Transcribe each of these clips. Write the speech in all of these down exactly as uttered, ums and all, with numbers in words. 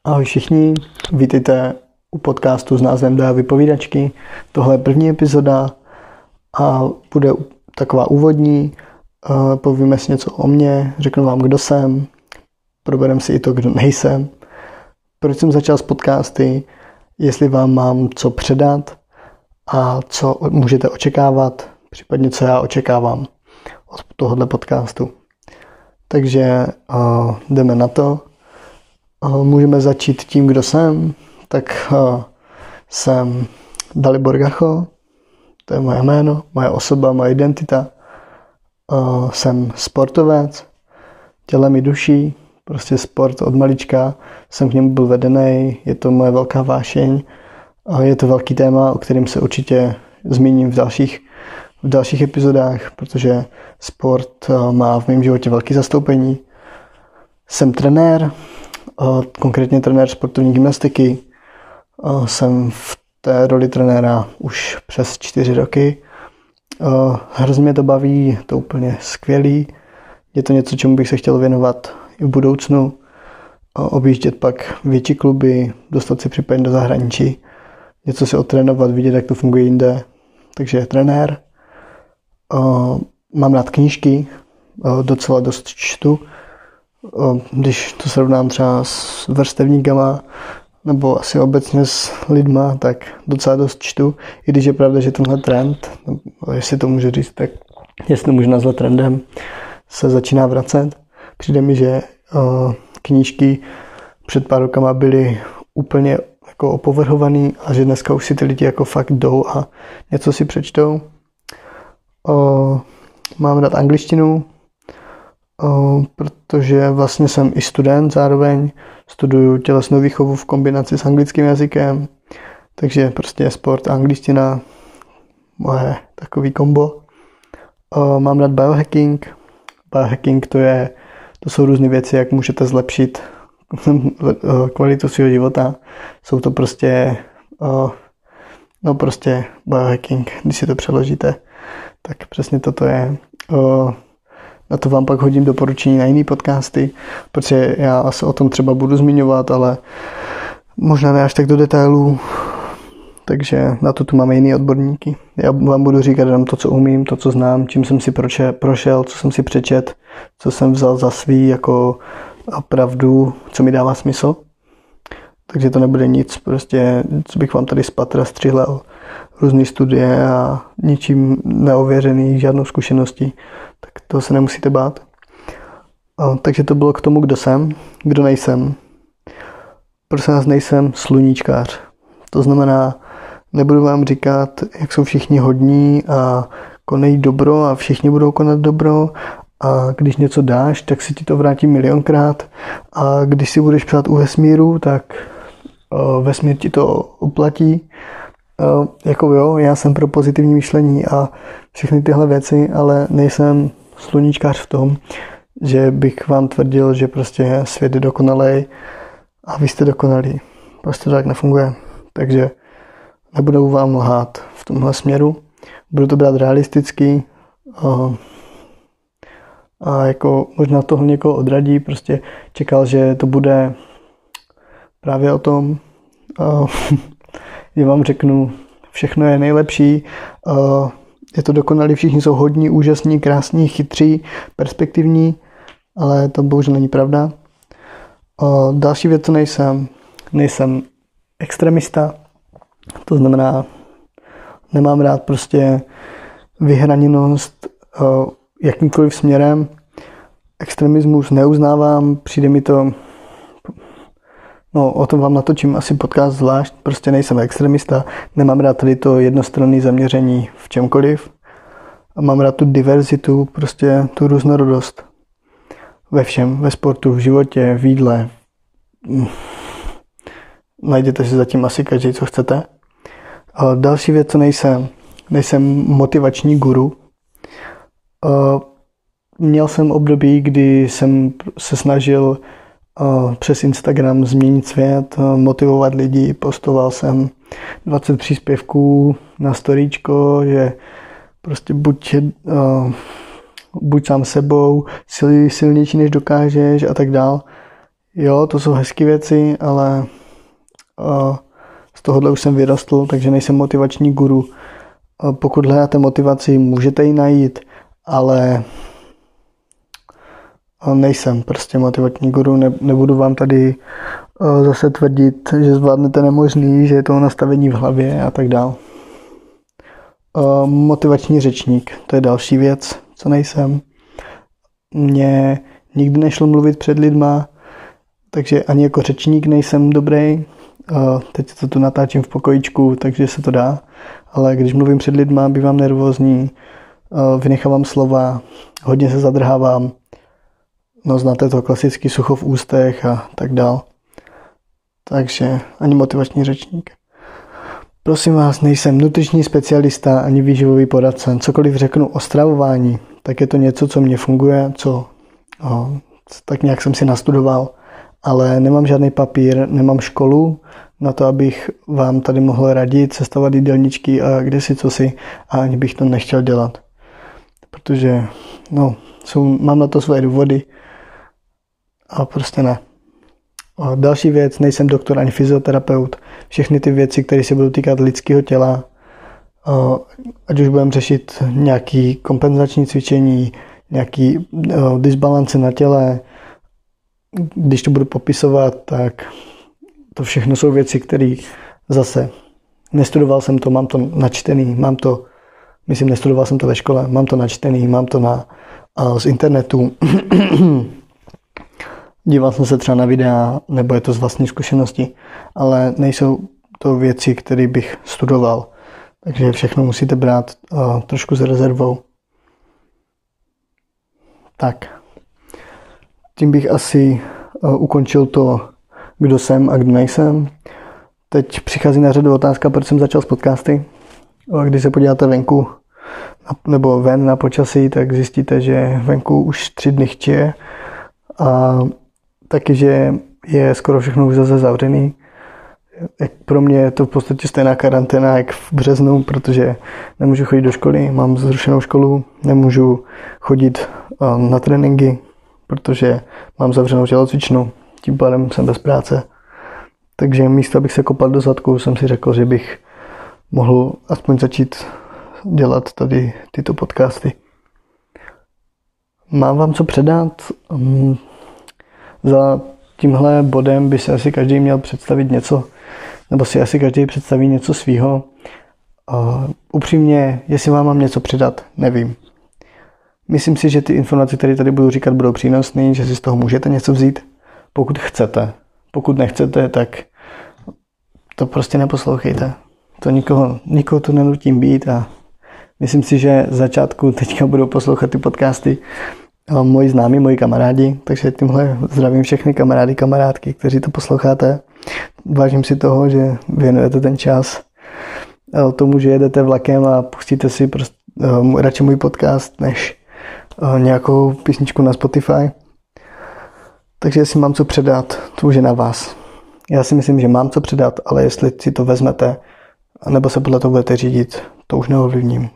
Ahoj všichni, vítejte u podcastu s názvem Dá vypovídačky. Tohle je první epizoda a bude taková úvodní. Povíme si něco o mně, řeknu vám, kdo jsem, probereme si i to, kdo nejsem, proč jsem začal s podcasty, jestli vám mám co předat a co můžete očekávat, případně co já očekávám od tohohle podcastu. Takže uh, jdeme na to. Uh, můžeme začít tím, kdo jsem. Tak uh, jsem Dalibor Gacho, to je moje jméno, moje osoba, moje identita. Uh, jsem sportovec, tělem i duší, prostě sport od malička, jsem k němu byl vedený, je to moje velká vášeň, uh, je to velký téma, o kterém se určitě zmíním v dalších, v dalších epizodách, protože sport uh, má v mém životě velké zastoupení. Jsem trenér, uh, konkrétně trenér sportovní gymnastiky, uh, jsem v té roli trenéra už přes čtyři roky. Uh, hrozně mě to baví, je to úplně skvělý. Je to něco, čemu bych se chtěl věnovat i v budoucnu. Uh, objíždět pak větší kluby, dostat si případně do zahraničí, něco si otrénovat, vidět, jak to funguje jinde. Takže trenér. Uh, mám rád knížky, uh, docela dost čtu. Uh, když to srovnám třeba s vrstevníkama, nebo asi obecně s lidma, tak docela dost čtu. I když je pravda, že tenhle trend, jestli to můžu říct, tak jestli to můžu nazvat trendem, se začíná vracet. Přijde mi, že uh, knížky před pár rokama byly úplně jako opovrhovaný a že dneska už si ty lidi jako fakt jdou a něco si přečtou. Uh, mám rád angličtinu, uh, protože vlastně jsem i student zároveň. Studuju tělesnou výchovu v kombinaci s anglickým jazykem, takže prostě sport a angličtina, moje takový kombo. Uh, mám rád biohacking. Biohacking to je, to jsou různé věci, jak můžete zlepšit kvalitu svého života. Jsou to prostě, uh, no prostě biohacking, když si to přeložíte, tak přesně toto je. Uh, Na to vám pak hodím doporučení na jiný podcasty, protože já se o tom třeba budu zmiňovat, ale možná ne až tak do detailů. Takže na to tu máme jiný odborníky. Já vám budu říkat jenom to, co umím, to, co znám, čím jsem si prošel, co jsem si přečet, co jsem vzal za svý jako pravdu, co mi dává smysl. Takže to nebude nic, prostě, co bych vám tady z patra stříhlel různé studie a ničím neověřený, žádnou zkušeností, tak toho se nemusíte bát. A, takže to bylo k tomu, kdo jsem, kdo nejsem. Prosím vás, nejsem sluníčkář. To znamená, nebudu vám říkat, jak jsou všichni hodní a konají dobro a všichni budou konat dobro a když něco dáš, tak si ti to vrátí milionkrát a když si budeš přát u vesmíru, tak uh, vesmír ti to uplatí. Uh, jako jo, já jsem pro pozitivní myšlení a všechny tyhle věci, ale nejsem sluníčkář v tom, že bych vám tvrdil, že prostě svět je dokonalej a vy jste dokonalí. Prostě to tak nefunguje. Takže nebudu vám lhát v tomhle směru. Budu to brát realisticky uh, a jako možná toho někoho odradí, prostě čekal, že to bude právě o tom, uh, že vám řeknu, všechno je nejlepší, uh, je to dokonalý, všichni jsou hodní, úžasní, krásní, chytří, perspektivní, ale to bohužel není pravda. Uh, další věc, co nejsem, nejsem extremista, to znamená, nemám rád prostě vyhraněnost uh, jakýmkoliv směrem, extremismus neuznávám, přijde mi to, no o tom vám natočím asi podcast zvlášť, prostě nejsem extremista, nemám rád tady to jednostranné zaměření v čemkoliv a mám rád tu diverzitu, prostě tu různorodost ve všem, ve sportu, v životě, v jídle. Najděte si zatím asi každý, co chcete. A další věc, co nejsem, nejsem motivační guru. A měl jsem období, kdy jsem se snažil přes Instagram změnit svět, motivovat lidi, postoval jsem dvacet příspěvků na storíčko, že prostě buď, uh, buď sám sebou, sil, silnější než dokážeš a tak dál. Jo, to jsou hezké věci, ale uh, z tohohle už jsem vyrostl, takže nejsem motivační guru. Uh, pokud hledáte motivaci, můžete ji najít, ale uh, nejsem prostě motivační guru. Ne, nebudu vám tady uh, zase tvrdit, že zvládnete nemožný, že je to nastavení v hlavě a tak dál. Uh, motivační řečník, to je další věc, co nejsem. Mně nikdy nešlo mluvit před lidma, takže ani jako řečník nejsem dobrý. Uh, teď to tu natáčím v pokojíčku, takže se to dá. Ale když mluvím před lidma, bývám nervózní, uh, vynechávám slova, hodně se zadrhávám. No znáte to, klasický sucho v ústech a tak dál. Takže ani motivační řečník. Prosím vás, nejsem nutriční specialista ani výživový poradce. Cokoliv řeknu o stravování, tak je to něco, co mně funguje, co oh, tak nějak jsem si nastudoval, ale nemám žádný papír, nemám školu na to, abych vám tady mohl radit, sestavovat jídelníčky a kdesi cosi, a ani bych to nechtěl dělat. Protože no, jsou, mám na to svoje důvody a prostě ne. A další věc, nejsem doktor ani fyzioterapeut. Všechny ty věci, které se budou týkat lidského těla, ať už budeme řešit nějaké kompenzační cvičení, nějaký disbalance na těle, když to budu popisovat, tak to všechno jsou věci, které zase nestudoval jsem to, mám to načtený, mám to, myslím, nestudoval jsem to ve škole, mám to načtený, mám to na, z internetu. Díval jsem se třeba na videa, nebo je to z vlastní zkušenosti, ale nejsou to věci, které bych studoval. Takže všechno musíte brát uh, trošku s rezervou. Tak. Tím bych asi uh, ukončil to, kdo jsem a kdo nejsem. Teď přichází na řadu otázka, proč jsem začal s podcasty. Když se podíváte venku, nebo ven na počasí, tak zjistíte, že venku už tři dny chtěje. A taky, že je skoro všechno už zase zavřený. Jak pro mě je to v podstatě stejná karanténa jak v březnu, protože nemůžu chodit do školy, mám zrušenou školu, nemůžu chodit na tréninky, protože mám zavřenou tělocvičnu, tím pádem jsem bez práce. Takže místo, abych se kopal do zadku, jsem si řekl, že bych mohl aspoň začít dělat tady tyto podcasty. Mám vám co předat? Za tímhle bodem by se asi každý měl představit něco, nebo si asi každý představí něco svýho. Uh, upřímně, jestli vám mám něco předat, nevím. Myslím si, že ty informace, které tady budu říkat, budou přínosné, že si z toho můžete něco vzít, pokud chcete. Pokud nechcete, tak to prostě neposlouchejte. To nikoho, nikoho tu nenutím být a myslím si, že z začátku teďka budou poslouchat ty podcasty moji známí, moji kamarádi, takže tímhle zdravím všechny kamarády, kamarádky, kteří to posloucháte. Vážím si toho, že věnujete ten čas tomu, že jedete vlakem a pustíte si prostě, uh, radši můj podcast, než uh, nějakou písničku na Spotify. Takže jestli mám co předat, to už je na vás. Já si myslím, že mám co předat, ale jestli si to vezmete, nebo se podle toho budete řídit, to už neovlivním.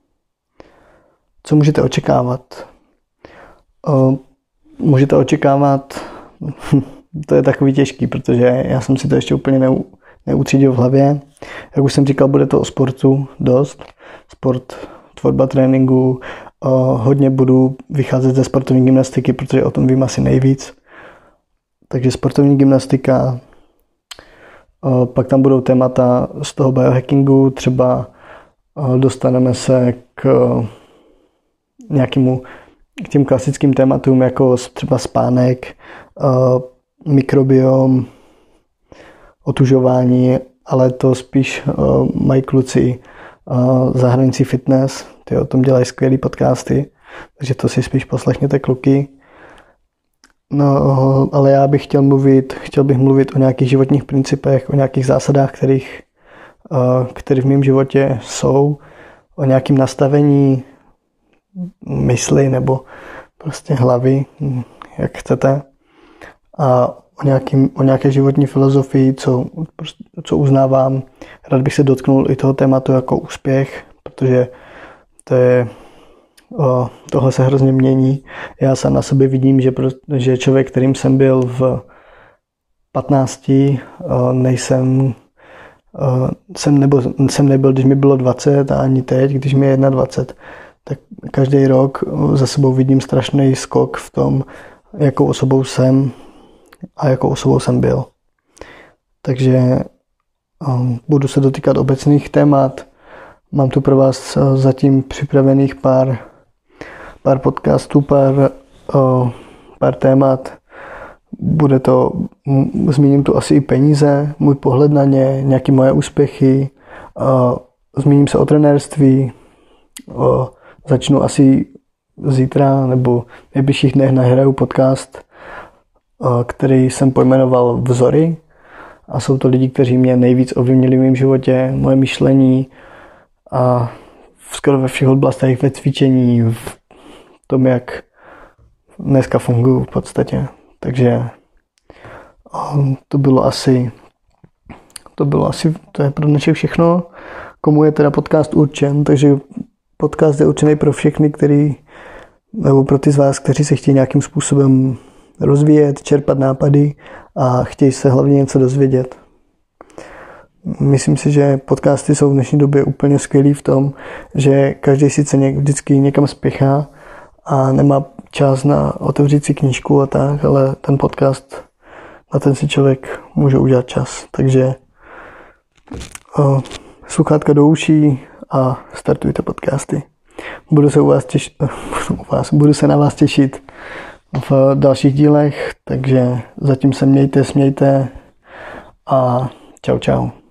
Co můžete očekávat? Uh, můžete očekávat, to je takový těžký, protože já jsem si to ještě úplně neu, neutřídil v hlavě. Jak už jsem říkal, bude to o sportu dost. Sport, tvorba tréninku, uh, hodně budu vycházet ze sportovní gymnastiky, protože o tom vím asi nejvíc. Takže sportovní gymnastika, uh, pak tam budou témata z toho biohackingu, třeba uh, dostaneme se k uh, nějakému k těm klasickým tématům, jako třeba spánek, uh, mikrobiom, otužování, ale to spíš uh, mají kluci uh, zahraničí fitness, ty o tom dělají skvělý podcasty, takže to si spíš poslechněte, kluky. No, ale já bych chtěl mluvit, chtěl bych mluvit o nějakých životních principech, o nějakých zásadách, kterých, uh, které v mém životě jsou, o nějakém nastavení mysli nebo prostě hlavy, jak chcete, a o, nějakým, o nějaké životní filozofii, co, co uznávám. Rád bych se dotknul i toho tématu jako úspěch, protože to je, o, tohle se hrozně mění. Já sám na sobě vidím, že, že člověk, kterým jsem byl v patnácti nejsem, jsem, nebo, jsem nebyl, když mi bylo dvacet a ani teď, když mi je dvacet jedna, tak každý rok za sebou vidím strašný skok v tom, jakou osobou jsem a jakou osobou jsem byl. Takže um, budu se dotýkat obecných témat. Mám tu pro vás zatím připravených pár, pár podcastů, pár, uh, pár témat. Bude to, m, zmíním tu asi i peníze, můj pohled na ně, nějaké moje úspěchy. Uh, zmíním se o trenérství. Uh, začnu asi zítra nebo v nejbližších dnech nahraju podcast, který jsem pojmenoval Vzory. A jsou to lidi, kteří mě nejvíc ovlivnili v mém životě, moje myšlení a skoro ve všech oblastech, ve cvičení, v tom, jak dneska funguji v podstatě. Takže to bylo asi, to bylo asi, to je pro dnešek všechno. Komu je teda podcast určen, takže podcast je určený pro všechny, který, nebo pro ty z vás, kteří se chtějí nějakým způsobem rozvíjet, čerpat nápady a chtějí se hlavně něco dozvědět. Myslím si, že podcasty jsou v dnešní době úplně skvělý v tom, že každý sice něk, vždycky někam spěchá a nemá čas na otevřít si knížku a tak, ale ten podcast, na ten si člověk může udělat čas. Takže o, sluchátka do uší a startujte podcasty. Budu se u vás těšit, u vás, budu se na vás těšit v dalších dílech, takže zatím se mějte, smějte a čau čau.